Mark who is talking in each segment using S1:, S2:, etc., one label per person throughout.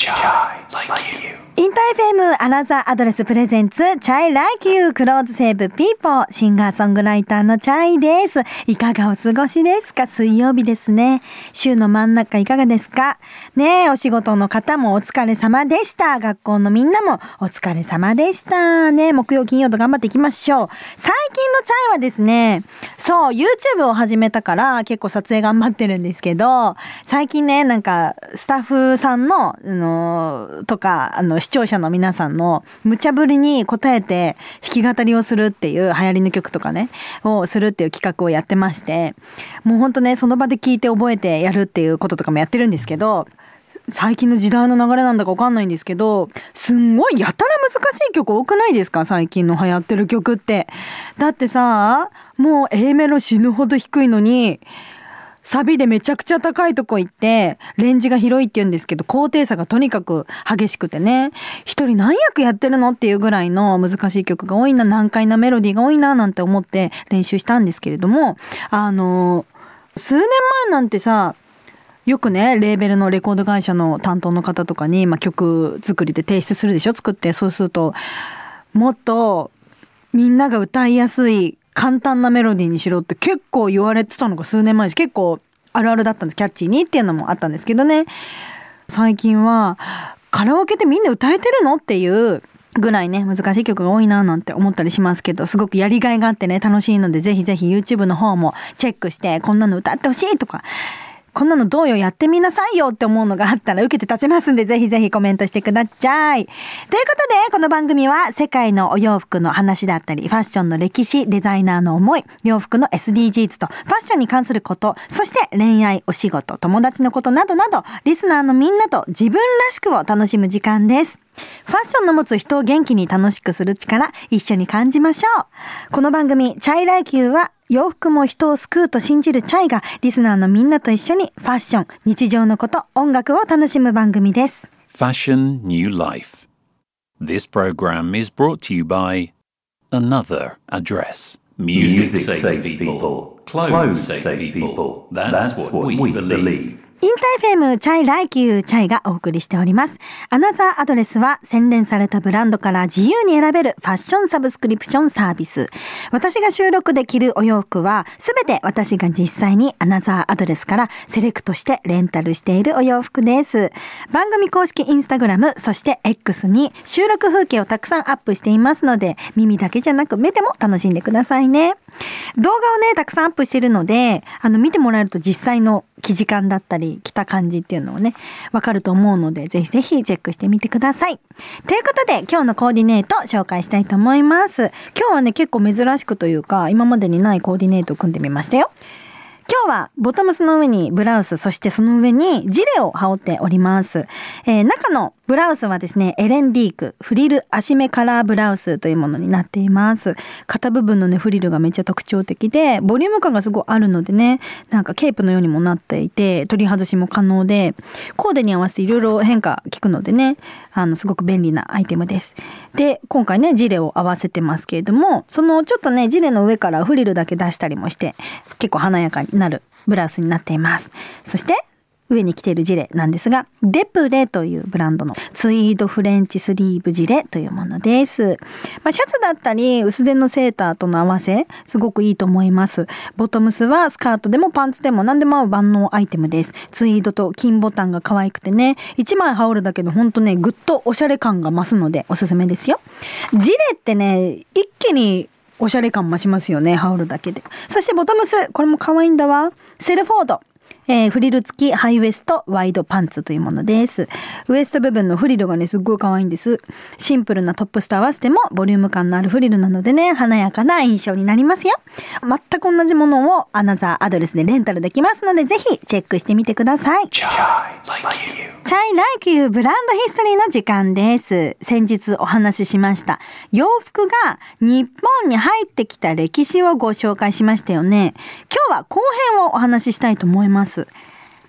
S1: Chai like you。
S2: インター FM アナザーアドレスプレゼンツチャイライキュークローズセーブピーポーシンガーソングライターのチャイです。いかがお過ごしですか？水曜日ですね。週の真ん中いかがですかね。えお仕事の方もお疲れ様でした。学校のみんなもお疲れ様でしたね。木曜金曜と頑張っていきましょう。最近のチャイはですね、そう YouTube を始めたから結構撮影頑張ってるんですけど、最近ねなんかスタッフさんのとか視聴者の皆さんの無茶ぶりに答えて弾き語りをするっていう流行りの曲とかねをするっていう企画をやってまして、もうほんとねその場で聞いて覚えてやるっていうこととかもやってるんですけど、最近の時代の流れなんだか分かんないんですけど、すんごいやたら難しい曲多くないですか？最近の流行ってる曲って。だってさ、もう A メロ死ぬほど低いのにサビでめちゃくちゃ高いとこ行ってレンジが広いって言うんですけど、高低差がとにかく激しくてね、一人何役やってるのっていうぐらいの難しい曲が多いな、難解なメロディーが多いななんて思って練習したんですけれども、数年前なんてさ、よくねレーベルのレコード会社の担当の方とかに、曲作りで提出するでしょ、作って。そうするともっとみんなが歌いやすい簡単なメロディーにしろって結構言われてたのが数年前し、結構あるあるだったんです。キャッチーにっていうのもあったんですけどね、最近はカラオケでみんな歌えてるのっていうぐらいね難しい曲が多いななんて思ったりしますけど、すごくやりがいがあってね楽しいので、ぜひぜひ YouTube の方もチェックして、こんなの歌ってほしいとか、こんなのどうよやってみなさいよって思うのがあったら受けて立ちますんで、ぜひぜひコメントしてください。ということでこの番組は世界のお洋服の話だったり、ファッションの歴史、デザイナーの思い、洋服の SDGs とファッションに関すること、そして恋愛、お仕事、友達のことなどなど、リスナーのみんなと自分らしくを楽しむ時間です。ファッションの持つ人を元気に楽しくする力、一緒に感じましょう。この番組チャイライキューは、洋服も人を救うと信じるチャイがリスナーのみんなと一緒にファッション、日常のこと、音楽を楽しむ番組です。
S1: Fashion New Life. This program is brought to you by Another Address. Music saves people. Clothes save people. That's what we believe.
S2: インター FM チャイライキューチャイがお送りしております。アナザーアドレスは洗練されたブランドから自由に選べるファッションサブスクリプションサービス。私が収録で着るお洋服はすべて私が実際にアナザーアドレスからセレクトしてレンタルしているお洋服です。番組公式インスタグラム、そして X に収録風景をたくさんアップしていますので、耳だけじゃなく目でも楽しんでくださいね。動画をねたくさんアップしているので、見てもらえると実際の生地感だったり着た感じっていうのをねわかると思うので、ぜひぜひチェックしてみてください。ということで今日のコーディネート紹介したいと思います。今日はね結構珍しくというか今までにないコーディネートを組んでみましたよ。今日はボトムスの上にブラウス、そしてその上にジレを羽織っております。中のブラウスはですね、エレンディークフリル足目カラーブラウスというものになっています。肩部分のねフリルがめっちゃ特徴的で、ボリューム感がすごいあるのでね、なんかケープのようにもなっていて、取り外しも可能で、コーデに合わせていろいろ変化効くのでね、すごく便利なアイテムです。で、今回ねジレを合わせてますけれども、そのちょっとねジレの上からフリルだけ出したりもして結構華やかになるブラウスになっています。そして上に着ているジレなんですが、デプレというブランドのツイードフレンチスリーブジレというものです。シャツだったり薄手のセーターとの合わせすごくいいと思います。ボトムスはスカートでもパンツでも何でも合う万能アイテムです。ツイードと金ボタンが可愛くてね、1枚羽織るだけでほんとねぐっとおしゃれ感が増すのでおすすめですよ。ジレってね一気におしゃれ感増しますよね、羽織るだけで。そしてボトムス、これも可愛いんだわ。セルフォード、フリル付きハイウエストワイドパンツというものです。ウエスト部分のフリルがねすっごい可愛いんです。シンプルなトップスと合わせてもボリューム感のあるフリルなのでね、華やかな印象になりますよ。全く同じものをアナザーアドレスでレンタルできますので、ぜひチェックしてみてください。
S1: Chai like you。
S2: チャイライキューブランドヒストリーの時間です。先日お話ししました洋服が日本に入ってきた歴史をご紹介しましたよね。今日は後編をお話ししたいと思います。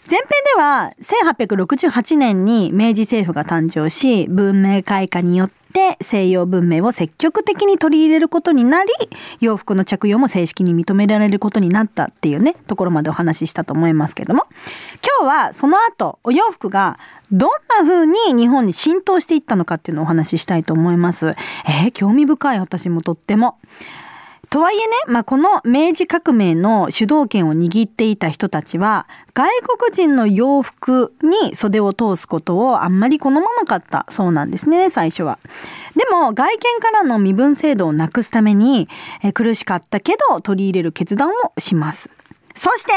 S2: 前編では1868年に明治政府が誕生し、文明開化によって西洋文明を積極的に取り入れることになり、洋服の着用も正式に認められることになったっていうね、ところまでお話ししたと思いますけども、今日はその後お洋服がどんな風に日本に浸透していったのかっていうのをお話ししたいと思います。興味深い、私もとっても。とはいえね、この明治革命の主導権を握っていた人たちは、外国人の洋服に袖を通すことをあんまり好まなかったそうなんですね、最初は。でも外見からの身分制度をなくすために、苦しかったけど取り入れる決断をします。そして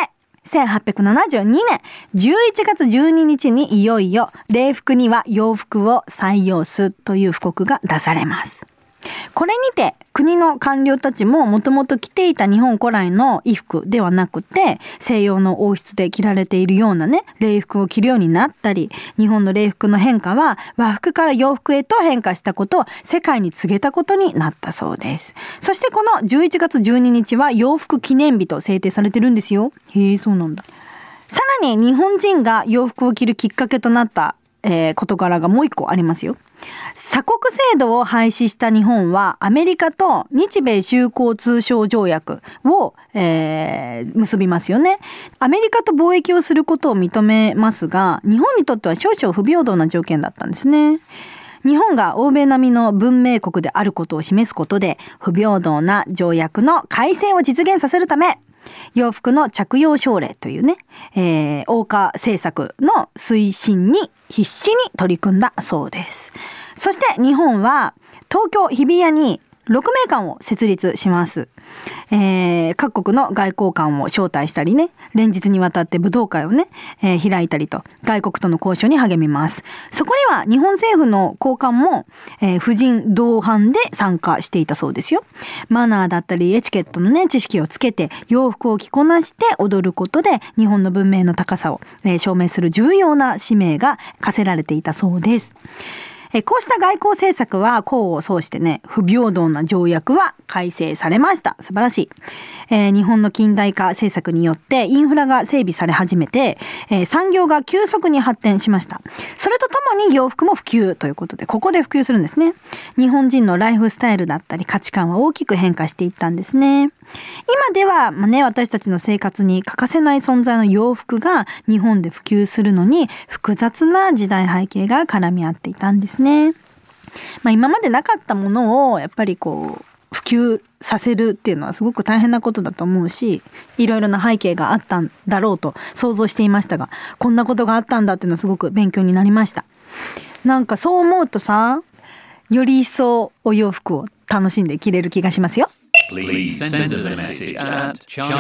S2: 1872年11月12日にいよいよ礼服には洋服を採用すという布告が出されます。これにて国の官僚たちももともと着ていた日本古来の衣服ではなくて、西洋の王室で着られているようなね、礼服を着るようになったり、日本の礼服の変化は和服から洋服へと変化したことを世界に告げたことになったそうです。そしてこの11月12日は洋服記念日と制定されてるんですよ。へえ、そうなんだ。さらに日本人が洋服を着るきっかけとなった事柄がもう一個ありますよ。鎖国制度を廃止した日本はアメリカと日米修好通商条約を、結びますよね。アメリカと貿易をすることを認めますが、日本にとっては少々不平等な条件だったんですね。日本が欧米並みの文明国であることを示すことで、不平等な条約の改正を実現させるため、洋服の着用奨励というね、欧化政策の推進に必死に取り組んだそうです。そして日本は東京日比谷に6名館を設立します。各国の外交官を招待したりね、連日にわたって武道会をね、開いたりと外国との交渉に励みます。そこには日本政府の高官も、婦人同伴で参加していたそうですよ。マナーだったりエチケットのね、知識をつけて洋服を着こなして踊ることで日本の文明の高さを、証明する重要な使命が課せられていたそうです。こうした外交政策は功を奏してね、不平等な条約は改正されました。素晴らしい。日本の近代化政策によってインフラが整備され始めて、産業が急速に発展しました。それとともに洋服も普及ということで、ここで普及するんですね。日本人のライフスタイルだったり価値観は大きく変化していったんですね。今では、私たちの生活に欠かせない存在の洋服が日本で普及するのに複雑な時代背景が絡み合っていたんですね。今までなかったものをやっぱり普及させるっていうのはすごく大変なことだと思うし、いろいろな背景があったんだろうと想像していましたが、こんなことがあったんだっていうのはすごく勉強になりました。なんかそう思うとさ、より一層お洋服を楽しんで着れる気がしますよ。
S1: Please send us a message at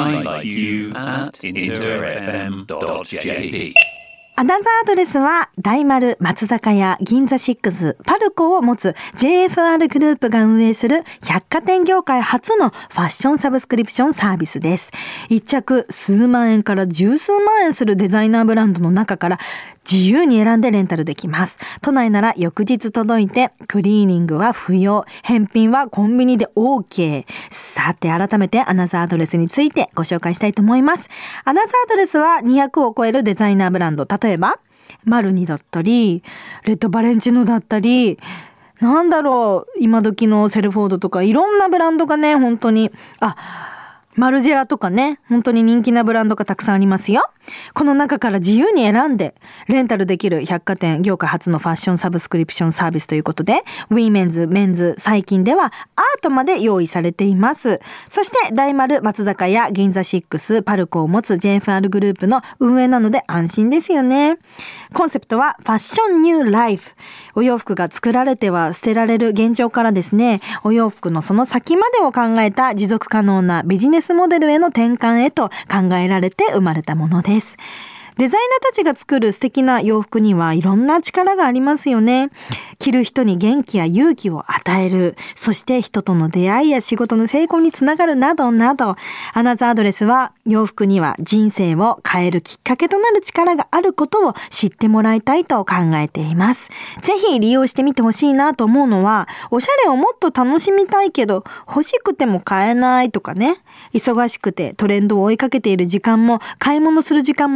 S1: chailikeyou@interfm.jp。
S2: アナザーアドレスは大丸松坂屋銀座6パルコを持つ JFR グループが運営する百貨店業界初のファッションサブスクリプションサービスです。一着数万円から十数万円するデザイナーブランドの中から自由に選んでレンタルできます。都内なら翌日届いてクリーニングは不要、返品はコンビニで OK。 さて改めてアナザーアドレスについてご紹介したいと思います。アナザーアドレスは200を超えるデザイナーブランド、例えばマルニだったりレッドバレンチノだったり、今時のセルフォードとかいろんなブランドがね、本当にマルジェラとかね、本当に人気なブランドがたくさんありますよ。この中から自由に選んでレンタルできる百貨店業界初のファッションサブスクリプションサービスということで、ウィメンズ、メンズ、最近ではアートまで用意されています。そして大丸松坂屋銀座6パルコを持つ JFR グループの運営なので安心ですよね。コンセプトはファッションニューライフ。お洋服が作られては捨てられる現状からですね、お洋服のその先までを考えた持続可能なビジネスモデルへの転換へと考えられて生まれたものです。デザイナーたちが作る素敵な洋服にはいろんな力がありますよね。着る人に元気や勇気を与える、そして人との出会いや仕事の成功につながるなどなど、アナザーアドレスは洋服には人生を変えるきっかけとなる力があることを知ってもらいたいと考えています。ぜひ利用してみてほしいなと思うのは、おしゃれをもっと楽しみたいけど欲しくても買えないとかね、忙しくてトレンドを追いかけている時間も買い物する時間もない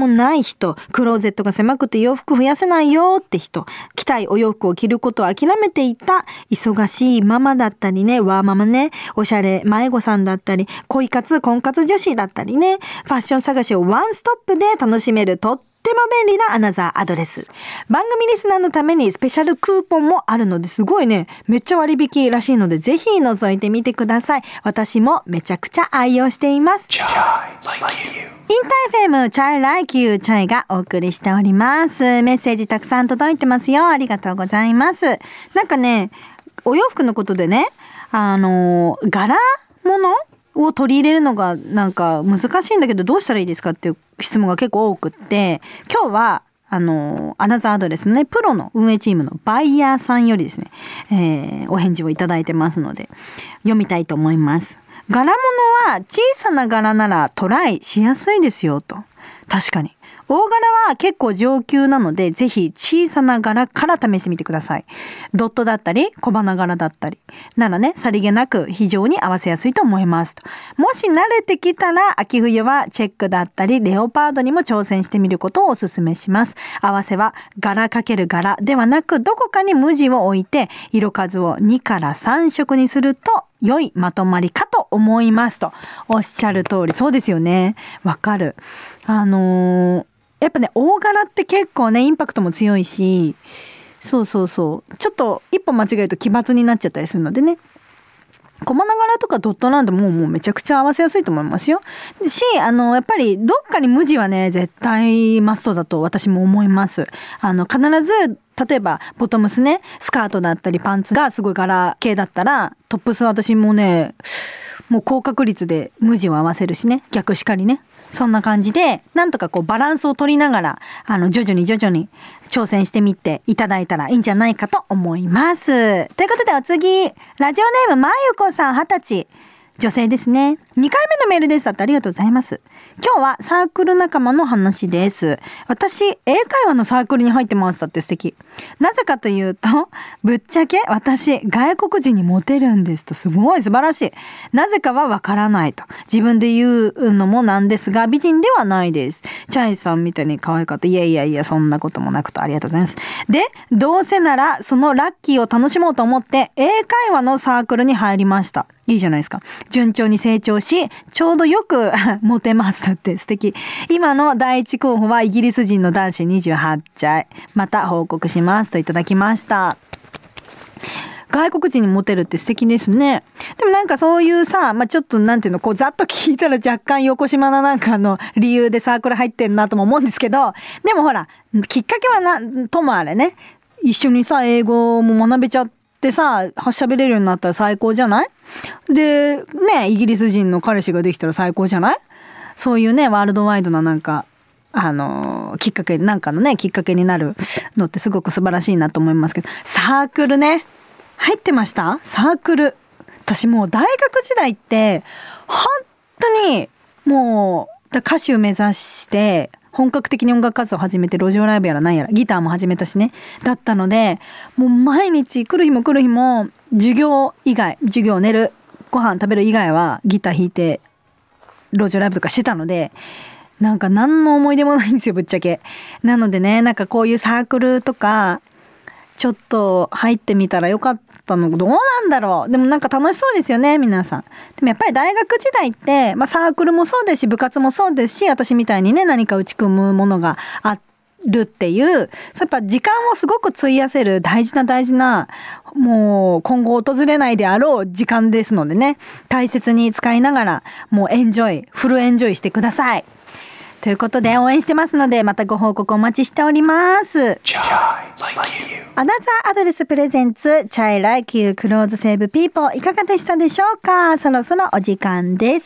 S2: 人、クローゼットが狭くて洋服増やせないよって人、着たいお洋服を着ることを諦めていた忙しいママだったりね、ワーママね、おしゃれ迷子さんだったり、恋活婚活女子だったりね、ファッション探しをワンストップで楽しめるとっても便利なアナザーアドレス。番組リスナーのためにスペシャルクーポンもあるので、すごいね、めっちゃ割引らしいので、ぜひ覗いてみてください。私もめちゃくちゃ愛用しています。インターフェムチャイlike you チャイがお送りしております。メッセージたくさん届いてますよ。ありがとうございます。なんかね、お洋服のことでね、柄物を取り入れるのがなんか難しいんだけどどうしたらいいですかっていう質問が結構多くって、今日はアナザーアドレスのね、プロの運営チームのバイヤーさんよりですね、お返事をいただいてますので読みたいと思います。柄物は小さな柄ならトライしやすいですよと。確かに大柄は結構上級なので、ぜひ小さな柄から試してみてください。ドットだったり小花柄だったりならね、さりげなく非常に合わせやすいと思いますと。もし慣れてきたら秋冬はチェックだったりレオパードにも挑戦してみることをお勧めします。合わせは柄×柄ではなく、どこかに無地を置いて色数を2から3色にすると良いまとまりかと思いますとおっしゃる通り。そうですよね、わかる。やっぱね、大柄って結構ねインパクトも強いし、そうちょっと一歩間違えると奇抜になっちゃったりするのでね、小花柄とかドットなんてもうめちゃくちゃ合わせやすいと思いますよ。やっぱりどっかに無地はね絶対マストだと私も思います。必ず例えばボトムスね、スカートだったりパンツがすごい柄系だったら、トップスは私もねもう高確率で無地を合わせるしね、逆しかりね、そんな感じでなんとかこうバランスを取りながら徐々に挑戦してみていただいたらいいんじゃないかと思います。ということでお次、ラジオネームまゆこさん20歳、女性ですね。2回目のメールです。ありがとうございます。今日はサークル仲間の話です。私、英会話のサークルに入ってます。だって素敵。なぜかというと、ぶっちゃけ私、外国人にモテるんですと。すごい素晴らしい。なぜかはわからないと。自分で言うのもなんですが、美人ではないです。チャイさんみたいに可愛かった。いや、そんなこともなくと。ありがとうございます。で、どうせならそのラッキーを楽しもうと思って、英会話のサークルに入りました。いいじゃないですか。順調に成長し、ちょうどよくモテます。だって素敵。今の第一候補はイギリス人の男子28歳。また報告しますといただきました。外国人にモテるって素敵ですね。でもなんかそういうさ、ちょっとなんていうの、こうざっと聞いたら若干横島ななんかの理由でサークル入ってんなとも思うんですけど、でもほら、きっかけはともあれね、一緒にさ、英語も学べちゃって、でさ、喋れるようになったら最高じゃない？で、ね、イギリス人の彼氏ができたら最高じゃない？そういうね、ワールドワイドななんか、きっかけ、なんかのね、きっかけになるのってすごく素晴らしいなと思いますけど、サークルね、入ってました？サークル。私もう大学時代って、本当にもう歌手目指して、本格的に音楽活動を始めて、路上ライブやら何やらギターも始めたしね、だったのでもう毎日来る日も授業寝るご飯食べる以外はギター弾いて路上ライブとかしてたので、なんか何の思い出もないんですよぶっちゃけ。なのでね、なんかこういうサークルとかちょっと入ってみたらよかったの。どうなんだろう。でもなんか楽しそうですよね、皆さん。でもやっぱり大学時代って、サークルもそうですし部活もそうですし、私みたいにね何か打ち組むものがあるっていう、やっぱ時間をすごく費やせる大事なもう今後訪れないであろう時間ですのでね、大切に使いながらもうフルエンジョイしてください。ということで応援してますので、またご報告お待ちしております。アナザーアドレスプレゼンツ Chai Like You クローズセーブピーポー、いかがでしたでしょうか。そろそろお時間です。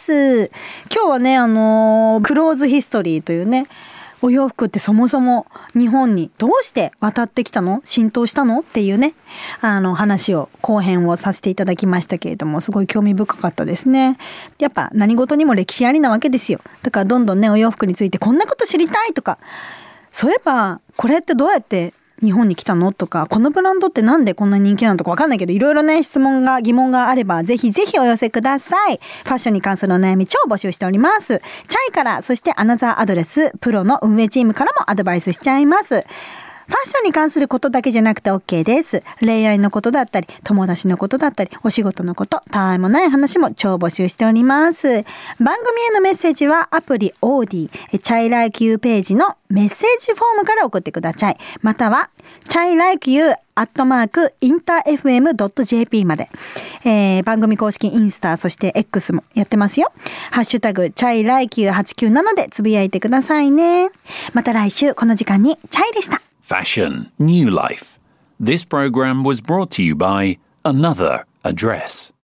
S2: 今日はねクローズヒストリーというね、お洋服ってそもそも日本にどうして渡ってきたの、浸透したのっていうね話を後編をさせていただきましたけれども、すごい興味深かったですね。やっぱ何事にも歴史ありなわけですよ。だからどんどんねお洋服についてこんなこと知りたいとか、そういえばこれってどうやって日本に来たのとか、このブランドってなんでこんな人気なのとかわかんないけど、いろいろね、質問が疑問があればぜひぜひお寄せください。ファッションに関するお悩み超募集しております。チャイから、そしてアナザーアドレスプロの運営チームからもアドバイスしちゃいます。ファッションに関することだけじゃなくて OK です。恋愛のことだったり、友達のことだったり、お仕事のこと、たわいもない話も超募集しております。番組へのメッセージはアプリ OD、チャイライクユーページのメッセージフォームから送ってください。または、チャイライクユー@interfm.jp まで、番組公式インスタ、そして X もやってますよ。ハッシュタグチャイライキュー897でつぶやいてくださいね。また来週この時間にチャイでした。
S1: Fashion, New Life. This program was brought to you by Another Address.